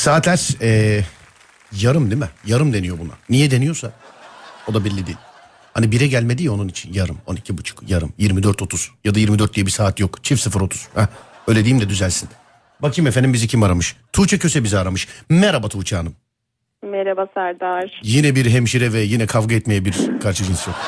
Saatler yarım değil mi? Yarım deniyor buna. Niye deniyorsa o da belli değil. Hani 1'e gelmedi ya onun için yarım, 12.30, yarım, 24.30 ya da 24 diye bir saat yok. Çift 0.30. Öyle diyeyim de düzelsin. Bakayım efendim bizi kim aramış? Tuğçe Köse bizi aramış. Merhaba Tuğçe Hanım. Merhaba Serdar. Yine bir hemşire ve yine kavga etmeye bir karşı cins yok.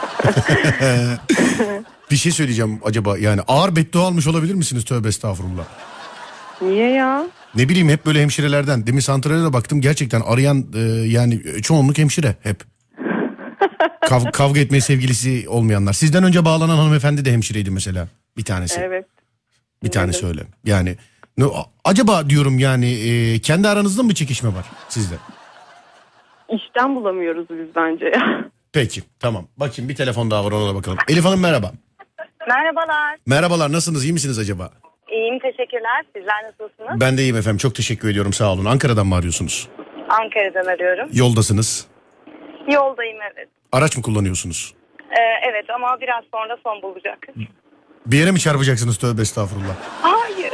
Bir şey söyleyeceğim acaba, yani ağır beddua almış olabilir misiniz? Tövbe estağfurullah. Niye ya? Ne bileyim, hep böyle hemşirelerden. Demin santrale de baktım, gerçekten arayan yani çoğunluk hemşire hep. Kavga etmeye sevgilisi olmayanlar. Sizden önce bağlanan hanımefendi de hemşireydi mesela, bir tanesi. Evet. Bir tanesi öyle. Yani acaba diyorum yani kendi aranızda mı çekişme var sizde? İşten bulamıyoruz biz bence ya. Peki tamam. Bakayım bir telefon daha var, ona da bakalım. Elif Hanım merhaba. Merhabalar. Merhabalar, nasılsınız, iyi misiniz acaba? İyiyim, teşekkürler. Sizler nasılsınız? Ben de iyiyim efendim, çok teşekkür ediyorum, sağ olun. Ankara'dan mı arıyorsunuz? Ankara'dan arıyorum. Yoldasınız. Yoldayım, evet. Araç mı kullanıyorsunuz? Evet ama biraz sonra son bulacak. Bir yere mi çarpacaksınız? Tövbe estağfurullah. Hayır.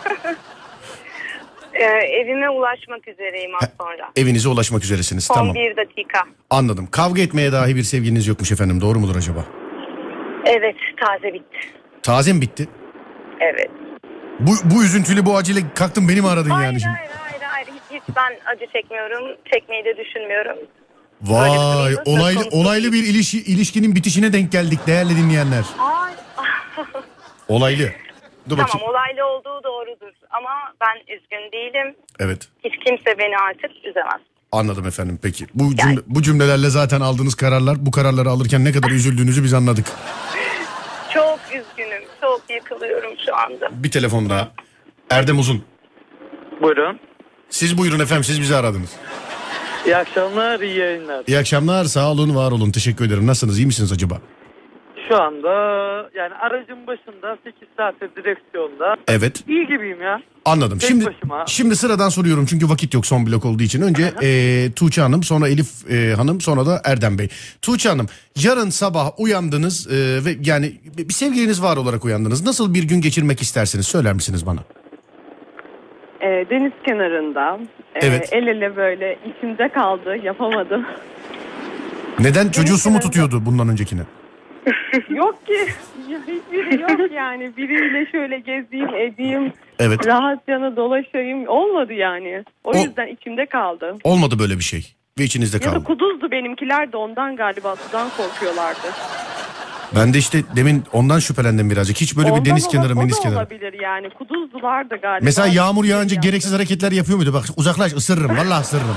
Evime ulaşmak üzereyim az sonra. Evinize ulaşmak üzeresiniz, Son tamam. 1 dakika. Anladım. Kavga etmeye dahi bir sevgiliniz yokmuş efendim, doğru mudur acaba? Evet, taze bitti. Taze mi bitti? Evet. Bu üzüntülü, bu acele kalktın beni mi aradın Hayır, yani şimdi? hayır. Hiç ben acı çekmiyorum. Çekmeyi de düşünmüyorum. Vay, Öyle bir olaylı bir ilişkinin bitişine denk geldik değerli dinleyenler. Ay. Olaylı. Dur Tamam, bakayım. olaylı olduğu doğrudur ama ben üzgün değilim. Evet. Hiç kimse beni artık üzemez. Anladım efendim, peki. Bu cümlelerle zaten aldığınız kararlar, bu kararları alırken ne kadar üzüldüğünüzü biz anladık. Çok üzgünüm. Çok yıkılıyorum şu anda. Bir telefon daha. Erdem Uzun. Buyurun. Siz buyurun efendim, siz bizi aradınız. İyi akşamlar, iyi yayınlar. İyi akşamlar, sağ olun, var olun, teşekkür ederim. Nasılsınız, iyi misiniz acaba? Şu anda yani aracın başında 8 saattir direksiyonda. Evet. İyi gibiyim ya. Anladım. Tek Şimdi başıma. şimdi sıradan soruyorum çünkü vakit yok son blok olduğu için. Önce Tuğçe Hanım, sonra Elif Hanım, sonra da Erdem Bey. Tuğçe Hanım, yarın sabah uyandınız ve yani bir sevgiliniz var olarak uyandınız. Nasıl bir gün geçirmek istersiniz, söyler misiniz bana? Deniz kenarında. Evet. El ele böyle içimde kaldı, yapamadım. Neden? Çocuğu su mu kenarında. tutuyordu bundan öncekine? Yok ki. Ya hiçbiri yok yani. Biriyle şöyle gezeyim, edeyim. Evet. Rahatça dolaşayım. Olmadı yani. O yüzden içimde kaldı. Olmadı böyle bir şey ve içinizde Ya da kaldı. kuduzdu benimkiler de ondan galiba, sudan korkuyorlardı. Ben de işte demin ondan şüphelendim birazcık. Hiç böyle bir deniz kenarı, o deniz da kenarı. olabilir yani. Kuduzdular da galiba. Mesela yağmur yağınca Ya. gereksiz hareketler yapıyor muydu? Bak uzaklaş, ısırırım, vallahi ısırırım.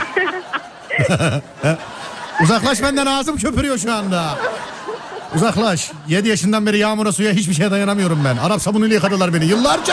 Uzaklaş benden, ağzım köpürüyor şu anda. Uzaklaş. 7 yaşından beri yağmura, suya, hiçbir şeye dayanamıyorum ben. Arap sabunuyla yıkadılar beni yıllarca.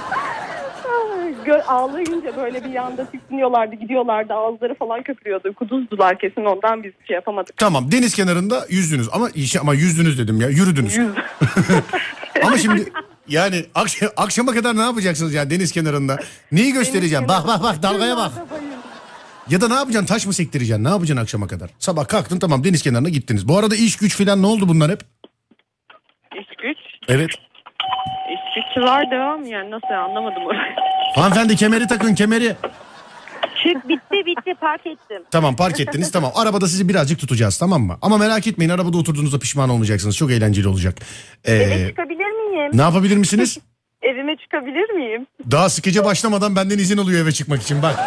Ağlayınca böyle bir yanda tiksiniyorlardı, gidiyorlardı, ağızları falan köpürüyordu. Kuduzdular kesin, ondan biz şey yapamadık. Tamam, deniz kenarında yüzdünüz ama yüzdünüz dedim ya, yürüdünüz. Ama şimdi yani akşama kadar ne yapacaksınız ya deniz kenarında? Neyi göstereceğim? Bak dalgaya bak. Ya da ne yapacaksın, taş mı sektireceksin, ne yapacaksın akşama kadar? Sabah kalktın, tamam, deniz kenarına gittiniz. Bu arada iş güç filan ne oldu bunlar hep? İş güç. Evet. İş güç var, devam yani, nasıl, anlamadım orayı. Hanımefendi kemeri takın, kemeri. Çık, bitti, park ettim. Tamam, park ettiniz, tamam. Arabada sizi birazcık tutacağız, tamam mı? Ama merak etmeyin, arabada oturduğunuzda pişman olmayacaksınız. Çok eğlenceli olacak. Eve çıkabilir miyim? Ne yapabilir misiniz? Evime çıkabilir miyim? Daha skece başlamadan benden izin alıyor eve çıkmak için, bak.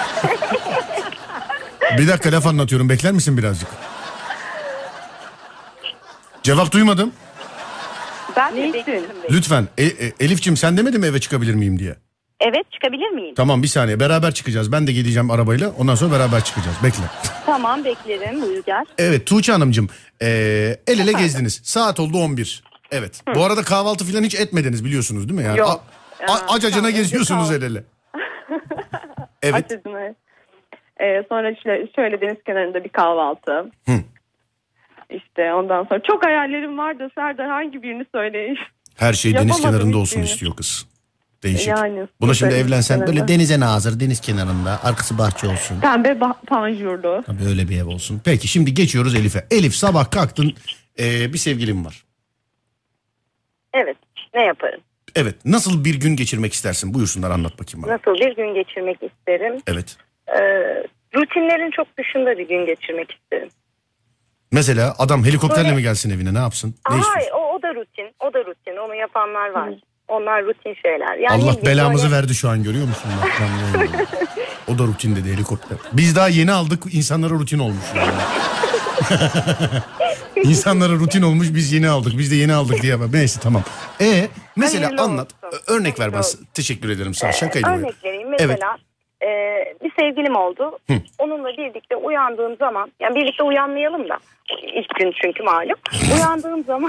Bir dakika, laf anlatıyorum, bekler misin birazcık? Cevap duymadım. Ben de bekledim. Lütfen Elif'ciğim, sen demedin mi eve çıkabilir miyim diye? Evet, çıkabilir miyim? Tamam, bir saniye, beraber çıkacağız. Ben de geleceğim arabayla, ondan sonra beraber çıkacağız. Bekle. Tamam, beklerim. Buyur gel. Evet Tuğçe Hanımcığım, el ele gezdiniz. Saat oldu 11. Evet. Bu arada kahvaltı falan hiç etmediniz, biliyorsunuz değil mi? Yani Yok. acacına geziyorsunuz el ele. Evet. Açıkçası. Sonra işte şöyle deniz kenarında bir kahvaltı. İşte ondan sonra çok hayallerim vardı Serdar, hangi birini söyleyeyim? Her şey deniz Yapamadım kenarında olsun hiçbirini. istiyor kız. Değişik. Yani, Buna şimdi süper evlensen kenarında. böyle denize nazır, deniz kenarında, arkası bahçe olsun. Pembe panjurlu. Tabii öyle bir ev olsun. Peki şimdi geçiyoruz Elif'e. Elif, sabah kalktın, bir sevgilin var. Evet, ne yaparım? Evet. Nasıl bir gün geçirmek istersin? Buyursunlar, anlat bakayım bana. Nasıl bir gün geçirmek isterim? Evet. Rutinlerin çok dışında bir gün geçirmek isterim. Mesela adam helikopterle Böyle- mi gelsin evine, ne yapsın? Ne Hayır, istiyorsun? o da rutin. O da rutin. Onu yapanlar var. Onlar rutin şeyler. Yani ne Allah bileyim, belamızı böyle- verdi şu an, görüyor musun? Bak, ben ne oluyor? O da rutin dedi, helikopter. Biz daha yeni aldık, insanlara rutin olmuş. Yani. İnsanlara rutin olmuş, biz yeni aldık. Biz de yeni aldık diye. Neyse, tamam. Mesela Hayırlı anlat. olsun. Örnek ver Hayırlı bana. olsun. Teşekkür ederim. Sağ ol. Şakaydı bu. Örnek vereyim. Mesela bir sevgilim oldu. Onunla birlikte uyandığım zaman, yani birlikte uyanmayalım da ilk gün çünkü malum. Uyandığım zaman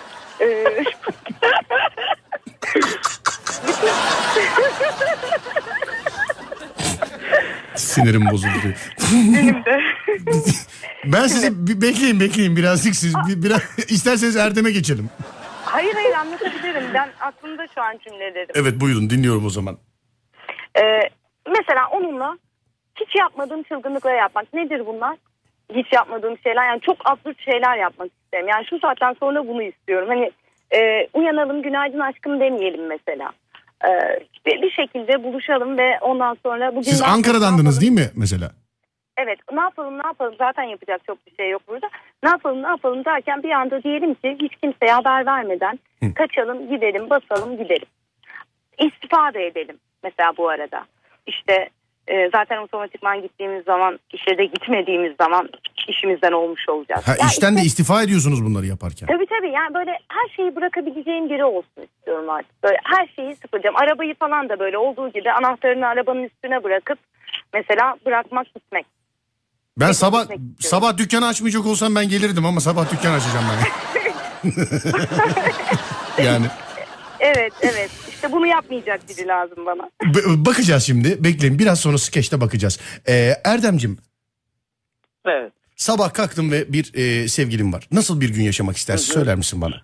Sinirim bozuldu. benim de Ben sizi bekleyin birazcık siz. Biraz isterseniz Erdem'e geçelim. hayır anlatabilirim. Ben aklımda şu an cümlelerim. Evet, buyurun, dinliyorum o zaman. Mesela onunla hiç yapmadığım çılgınlıkları yapmak. Nedir bunlar? Hiç yapmadığım şeyler. Yani çok absürt şeyler yapmak isterim. Yani şu saatten sonra bunu istiyorum. Hani uyanalım, günaydın aşkım demeyelim mesela. Bir şekilde buluşalım ve ondan sonra... bugün Siz Ankara'dandınız değil mi mesela? Evet, ne yapalım zaten yapacak çok bir şey yok burada. Ne yapalım derken bir anda diyelim ki hiç kimseye haber vermeden kaçalım, gidelim, basalım, gidelim. İstifa da edelim mesela bu arada. İşte zaten otomatikman gittiğimiz zaman, işe de gitmediğimiz zaman işimizden olmuş olacağız. Ha, Yani işten de işte- istifa ediyorsunuz bunları yaparken. Tabii yani böyle her şeyi bırakabileceğim biri olsun istiyorum artık. Böyle her şeyi sıfırlayacağım. Arabayı falan da böyle olduğu gibi anahtarını arabanın üstüne bırakıp mesela bırakmak, gitmek. Ben Peki, sabah gitmek istiyorum. sabah dükkanı açmayacak olsam ben gelirdim ama sabah dükkan açacağım ben. Yani Evet işte bunu yapmayacak biri lazım bana. bakacağız şimdi. Bekleyin, biraz sonra skeçte bakacağız. Erdemcim, Evet. sabah kalktım ve bir sevgilim var. Nasıl bir gün yaşamak istersin, söyler misin bana?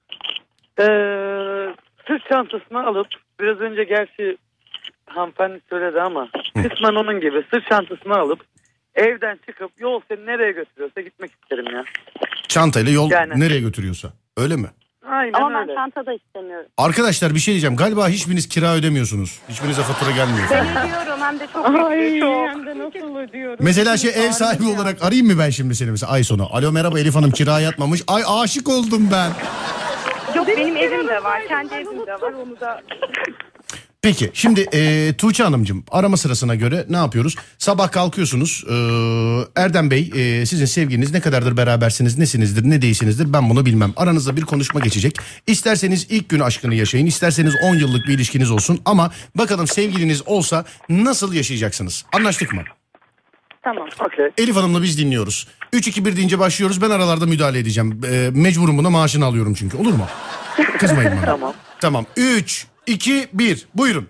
Sırt çantasını alıp, biraz önce gerçi hanımefendi söyledi ama kısmen onun gibi sırt çantasını alıp evden çıkıp yol seni nereye götürüyorsa gitmek isterim ya. Çantayla yol Yani. nereye götürüyorsa. Öyle mi? Aynen Ama öyle. ben çantada istemiyorum. Arkadaşlar bir şey diyeceğim. Galiba hiçbiriniz kira ödemiyorsunuz. Hiçbirinize fatura gelmiyor. Ben ödüyorum hem de çok yüklü, çok. Hem de nasıl ödüyorum. Mesela ev sahibi olarak arayayım mı ben şimdi seni mesela ay sonu? Alo, merhaba, Elif Hanım kira yatmamış. Ay, aşık oldum ben. Yok benim evim de var, kendi evim de var, onu da... Peki şimdi Tuğçe Hanımcığım, arama sırasına göre ne yapıyoruz? Sabah kalkıyorsunuz. Erdem Bey, sizin sevgiliniz, ne kadardır berabersiniz, nesinizdir, ne değilsinizdir ben bunu bilmem. Aranızda bir konuşma geçecek. İsterseniz ilk gün aşkını yaşayın, isterseniz 10 yıllık bir ilişkiniz olsun. Ama bakalım sevgiliniz olsa nasıl yaşayacaksınız? Anlaştık mı? Tamam. Okey. Elif Hanım'la biz dinliyoruz. 3-2-1 deyince başlıyoruz. Ben aralarda müdahale edeceğim. Mecburum buna, maaşını alıyorum çünkü. Olur mu? Kızmayın bana. Tamam. Tamam. 3, 2, 1. Buyurun.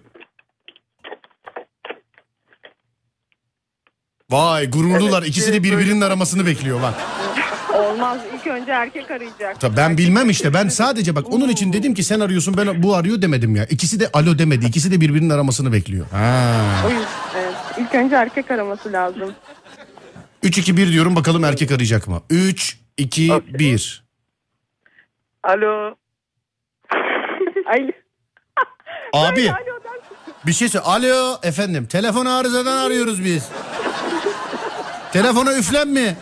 Vay, gururlular. Evet, İkisi de birbirinin aramasını bekliyor bak. Olmaz, ilk önce erkek arayacak. Tabii ben bilmem işte. Ben sadece bak onun için dedim ki sen arıyorsun, ben bu arıyor demedim ya. İkisi de alo demedi. İkisi de birbirinin aramasını bekliyor. Ha. O yüzden evet, ilk önce erkek araması lazım. 3-2-1 diyorum, bakalım erkek arayacak mı? 3, 2, Okey. 1. Alo. Ay, Abi alo der. bir şey söyle. Alo efendim, telefon arızadan arıyoruz biz. Telefona üflen mi?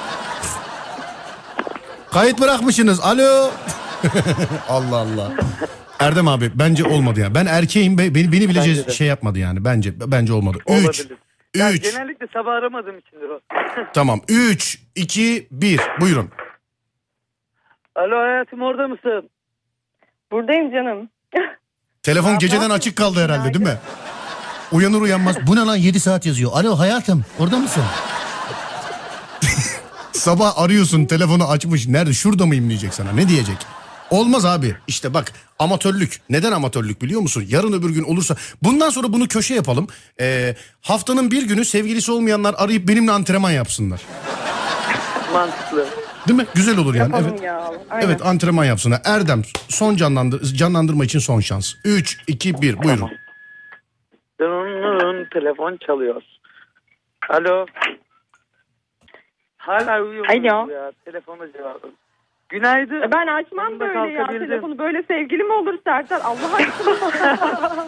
Kayıt bırakmışsınız. Alo. Allah Allah. Erdem abi bence olmadı ya. Ben erkeğim, beni bile Bence de. şey yapmadı yani. Bence olmadı. 3 Olabilir. Yani 3 genellikle sabah aramadığım içindir o. Tamam. 3 2 1. Buyurun. Alo hayatım, orada mısın? Buradayım canım. Telefon geceden açık kaldı herhalde değil mi? Uyanır uyanmaz. Bu ne lan, 7 saat yazıyor. Alo hayatım, orada mısın? Sabah arıyorsun, telefonu açmış. Nerede? Şurada mıyım diyecek sana. Ne diyecek? Olmaz abi. İşte bak, amatörlük. Neden amatörlük biliyor musun? Yarın öbür gün olursa. Bundan sonra bunu köşe yapalım. Haftanın bir günü sevgilisi olmayanlar arayıp benimle antrenman yapsınlar. Mantıklı. Değil mi? Güzel olur yani. Yapalım Evet. ya. Aynen. Evet, antrenman yapsınlar. Erdem, son canlandırma için son şans. 3 2 1. Buyurun. Tamam. Telefon çalıyor. Alo. Hala uyuyor Alo. ya. Telefonu cevabı. Günaydın. Ben açmam Sonunda böyle ya kalkabildim. telefonu. Böyle sevgili mi olur Serdar? Allah aşkına.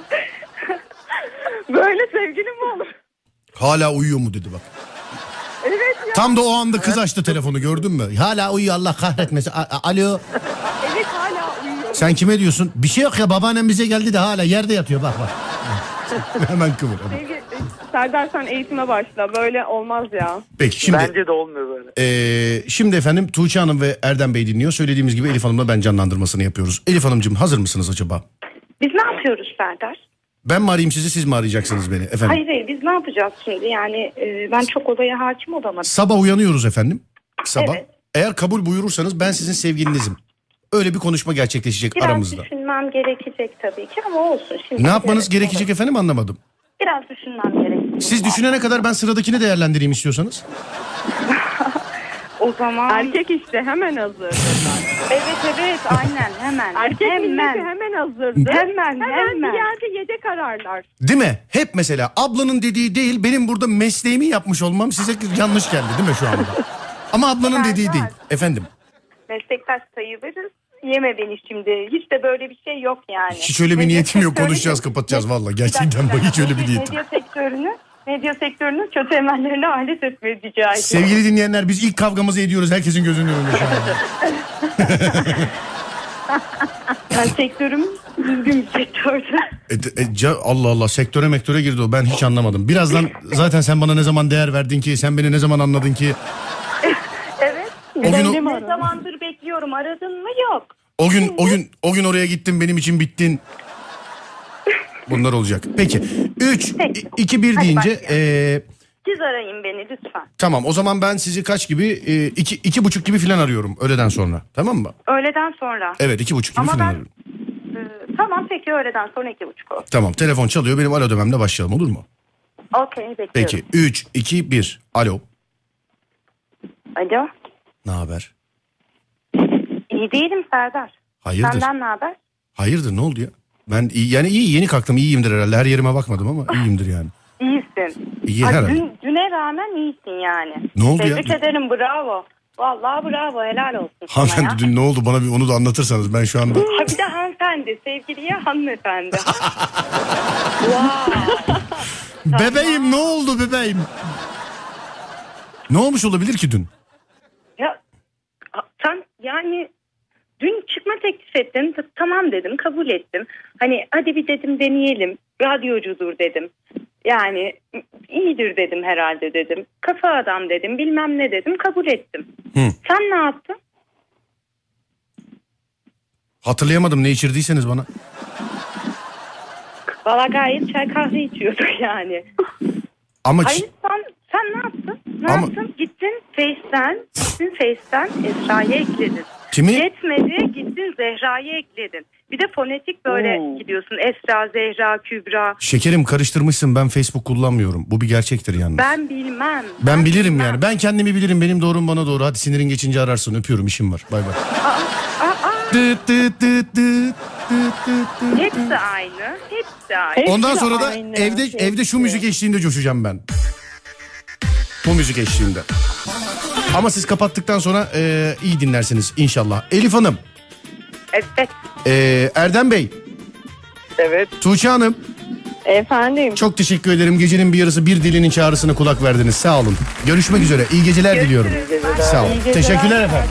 Böyle sevgili mi olur? Hala uyuyor mu dedi bak. Evet ya. Tam da o anda kız açtı telefonu, gördün mü? Hala uyuyor, Allah kahretmesin. Alo. Evet hala uyuyor. Sen kime diyorsun? Bir şey yok ya, babaannem bize geldi de hala yerde yatıyor, bak bak. Hemen kıvır. Serdar sen eğitime başla. Böyle olmaz ya. Peki şimdi Bence de olmuyor böyle. şimdi efendim Tuğçe Hanım ve Erdem Bey dinliyor. Söylediğimiz gibi Elif Hanım'la ben canlandırmasını yapıyoruz. Elif Hanımcığım, hazır mısınız acaba? Biz ne yapıyoruz Serdar? Ben mi arayayım sizi, siz mi arayacaksınız beni efendim? Hayır biz ne yapacağız şimdi? Yani ben çok olaya hakim olamadım. Sabah uyanıyoruz efendim. Sabah. Evet. Eğer kabul buyurursanız ben sizin sevgilinizim. Öyle bir konuşma gerçekleşecek Biraz aramızda. düşünmem gerekecek tabii ki ama olsun. Şimdi Ne yapmanız gerekecek efendim, anlamadım. Biraz düşünmem gerekecek. Siz düşünene kadar ben sıradakini değerlendireyim istiyorsanız. O zaman... Erkek işte hemen hazır. Evet aynen hemen. Erkek milleti hemen hazırdı. Hemen. bir yerde yedek ararlar. Değil mi? Hep mesela ablanın dediği değil, benim burada mesleğimi yapmış olmam size yanlış geldi değil mi şu anda? Ama ablanın dediği değil. Efendim. Meslektaş sayılırız. Yeme beni şimdi. Hiç de böyle bir şey yok yani. Hiç öyle bir niyetim yok. Konuşacağız, kapatacağız valla. Gerçekten bak, hiç öyle bir niyetim. Medya sektörünün kötü emellerine alet etme rica ediyorum. Sevgili dinleyenler, biz ilk kavgamızı ediyoruz herkesin gözünün önünde şu anda. Ben sektörüm düzgün bir sektördü. Allah Allah, sektöre girdi o, ben hiç anlamadım. Birazdan zaten sen bana ne zaman değer verdin ki, sen beni ne zaman anladın ki? Evet. Ne zamandır bekliyorum, aradın mı? Yok. O gün oraya gittin, benim için bittin. Bunlar olacak. Peki 3 Peki. 2 1 Hadi deyince Siz arayın beni lütfen. tamam, o zaman ben sizi kaç gibi 2:30 gibi falan arıyorum öğleden sonra, tamam mı? Öğleden sonra. Evet, 2:30 gibi Ama falan ben- arıyorum. Tamam peki öğleden sonra 2:30 olsun. Tamam, telefon çalıyor, benim alo dememle başlayalım, olur mu? Okey bekliyorum. Peki 3 2 1 alo. Alo. Ne haber? İyi değilim Serdar. Hayırdır? Senden ne haber? Hayırdır, ne oldu ya? Ben iyi, yeni kalktım, iyiyimdir herhalde. Her yerime bakmadım ama iyiyimdir yani. İyisin. İyi Ay, herhalde. düne rağmen iyisin yani. Ne oldu ya? Tebrik ederim, bravo. Vallahi bravo, helal olsun sana ya. Hanımefendi dün ne oldu, bana bir onu da anlatırsanız, ben şu anda... Ha bir de hanımefendi, sevgiliye hanımefendi. Wow. Bebeğim, ne oldu bebeğim? Ne olmuş olabilir ki dün? Ya sen yani dün çıkma teklif ettin. Tamam dedim, kabul ettim. Hani hadi bir dedim deneyelim. Radyocudur dedim. Yani iyidir dedim herhalde dedim. Kafa adam dedim, bilmem ne dedim, kabul ettim. Hı. Sen ne yaptın? Hatırlayamadım ne içirdiyseniz bana. Valla gayet çay kahve içiyorduk yani. Ama Hayır sen ne yaptın? Ne Ama- yaptın? Gittin Face'ten Esra'yı ekledin. Kimi? Yetmedi, gittin Zehra'yı ekledin. Bir de fonetik böyle gidiyorsun. Esra, Zehra, Kübra. Şekerim, karıştırmışsın, ben Facebook kullanmıyorum. Bu bir gerçektir yalnız. Ben bilmem. Ben bilirim bilmem. yani. Ben kendimi bilirim. Benim doğrum bana doğru. Hadi sinirin geçince ararsın. Öpüyorum, işim var. Bay bay. Dıt dıt dıt dıt dıt dıt dıt. Hepsi aynı. Hepsi aynı. Ondan sonra da aynı, evde şu müzik eşliğinde coşacağım ben. Bu müzik eşliğinde. Ama siz kapattıktan sonra iyi dinlersiniz inşallah. Elif Hanım, Evet. Erdem Bey, Evet. Tuğçe Hanım, Efendim. çok teşekkür ederim. Gecenin bir yarısı bir dilinin çağrısına kulak verdiniz. Sağ olun. Görüşmek üzere. İyi geceler diliyorum. Görüşürüz. Sağ olun. İyi geceler. Teşekkürler efendim.